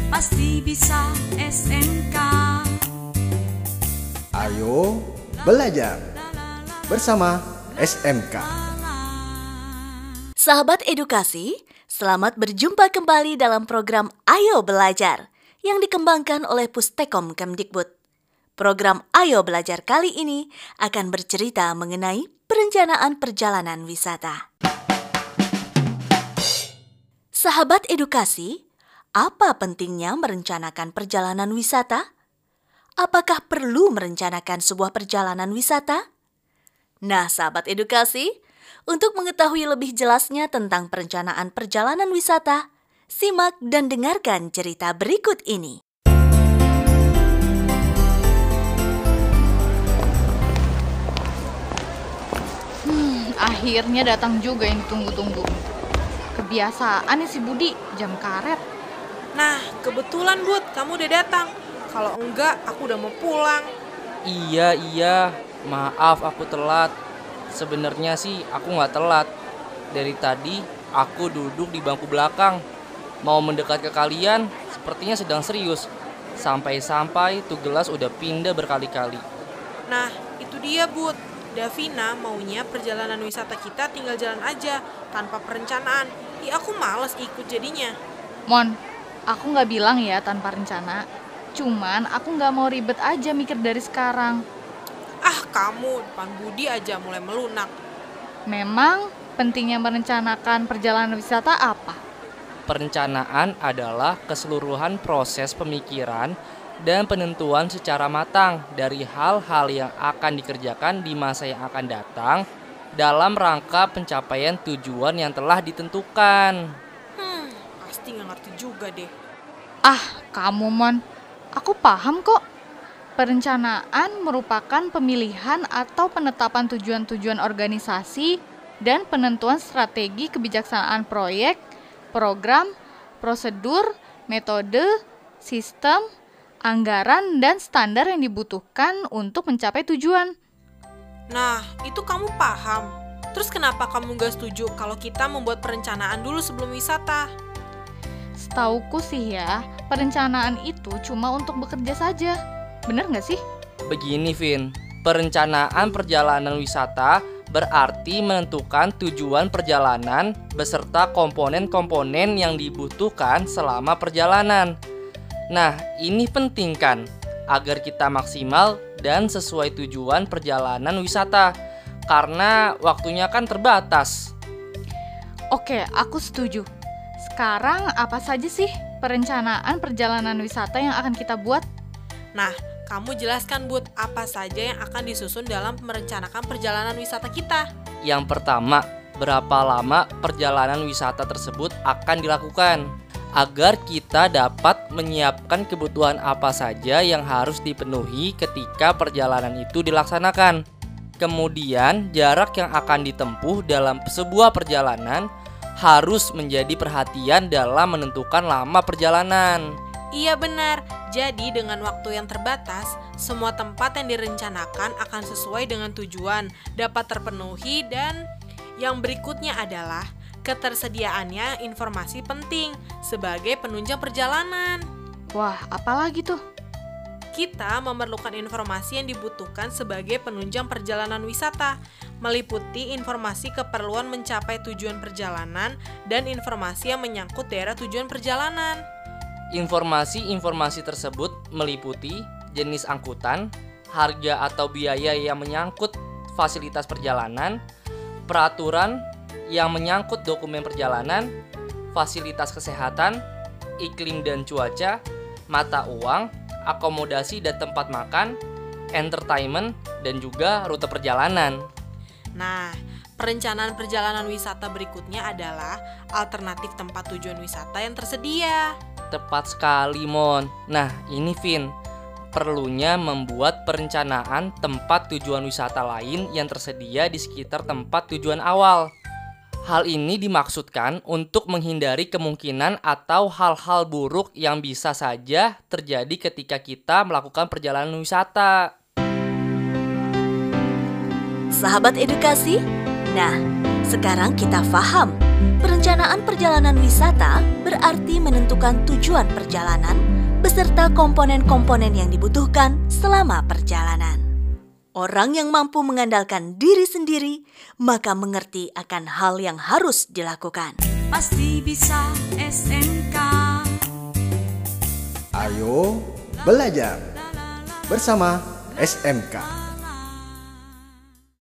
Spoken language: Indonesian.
pasti bisa SMK. Ayo belajar bersama SMK. Sahabat edukasi, selamat berjumpa kembali dalam program Ayo Belajar yang dikembangkan oleh Pustekom Kemdikbud. Program Ayo Belajar kali ini akan bercerita mengenai perencanaan perjalanan wisata. Sahabat edukasi, apa pentingnya merencanakan perjalanan wisata? Apakah perlu merencanakan sebuah perjalanan wisata? Nah, sahabat edukasi, untuk mengetahui lebih jelasnya tentang perencanaan perjalanan wisata, simak dan dengarkan cerita berikut ini. Akhirnya datang juga yang ditunggu-tunggu. Kebiasaan nih si Budi, jam karet. Nah, kebetulan Bud, kamu udah datang. Kalau enggak, aku udah mau pulang. Iya, maaf aku telat. Sebenarnya sih aku nggak telat. Dari tadi aku duduk di bangku belakang. Mau mendekat ke kalian, sepertinya sedang serius. Sampai-sampai tuh gelas udah pindah berkali-kali. Nah, itu dia Bud. Davina maunya perjalanan wisata kita tinggal jalan aja, tanpa perencanaan. Aku males ikut jadinya. Mon, aku nggak bilang ya tanpa rencana. Cuman aku nggak mau ribet aja mikir dari sekarang. Ah, kamu depan Budi aja mulai melunak. Memang pentingnya merencanakan perjalanan wisata apa? Perencanaan adalah keseluruhan proses pemikiran dan penentuan secara matang dari hal-hal yang akan dikerjakan di masa yang akan datang dalam rangka pencapaian tujuan yang telah ditentukan. Pasti nggak ngerti juga deh. Ah, kamu Mon, aku paham kok. Perencanaan merupakan pemilihan atau penetapan tujuan-tujuan organisasi dan penentuan strategi kebijaksanaan proyek, program, prosedur, metode, sistem, anggaran, dan standar yang dibutuhkan untuk mencapai tujuan. Nah, itu kamu paham. Terus kenapa kamu gak setuju kalau kita membuat perencanaan dulu sebelum wisata? Setauku sih ya, perencanaan itu cuma untuk bekerja saja. Bener gak sih? Begini Vin, perencanaan perjalanan wisata berarti menentukan tujuan perjalanan beserta komponen-komponen yang dibutuhkan selama perjalanan. Nah, ini penting kan, agar kita maksimal dan sesuai tujuan perjalanan wisata, karena waktunya kan terbatas. Oke, aku setuju. Sekarang apa saja sih perencanaan perjalanan wisata yang akan kita buat? Nah, kamu jelaskan Bud, apa saja yang akan disusun dalam merencanakan perjalanan wisata kita? Yang pertama, berapa lama perjalanan wisata tersebut akan dilakukan, agar kita dapat menyiapkan kebutuhan apa saja yang harus dipenuhi ketika perjalanan itu dilaksanakan. Kemudian, jarak yang akan ditempuh dalam sebuah perjalanan harus menjadi perhatian dalam menentukan lama perjalanan. Iya benar, jadi dengan waktu yang terbatas, semua tempat yang direncanakan akan sesuai dengan tujuan, dapat terpenuhi, dan yang berikutnya adalah ketersediaannya informasi penting sebagai penunjang perjalanan. Wah, apalagi tuh? Kita memerlukan informasi yang dibutuhkan sebagai penunjang perjalanan wisata, meliputi informasi keperluan mencapai tujuan perjalanan dan informasi yang menyangkut daerah tujuan perjalanan. Informasi-informasi tersebut meliputi jenis angkutan, harga atau biaya yang menyangkut fasilitas perjalanan, peraturan yang menyangkut dokumen perjalanan, fasilitas kesehatan, iklim dan cuaca, mata uang, akomodasi dan tempat makan, entertainment, dan juga rute perjalanan. Nah, perencanaan perjalanan wisata berikutnya adalah alternatif tempat tujuan wisata yang tersedia. Tepat sekali, Mon. Nah, ini Vin, perlunya membuat perencanaan tempat tujuan wisata lain yang tersedia di sekitar tempat tujuan awal. Hal ini dimaksudkan untuk menghindari kemungkinan atau hal-hal buruk yang bisa saja terjadi ketika kita melakukan perjalanan wisata. Sahabat edukasi, nah sekarang kita paham Perencanaan perjalanan wisata berarti menentukan tujuan perjalanan beserta komponen-komponen yang dibutuhkan selama perjalanan. Orang yang mampu mengandalkan diri sendiri, maka mengerti akan hal yang harus dilakukan. Pasti bisa SMK. Ayo belajar bersama SMK.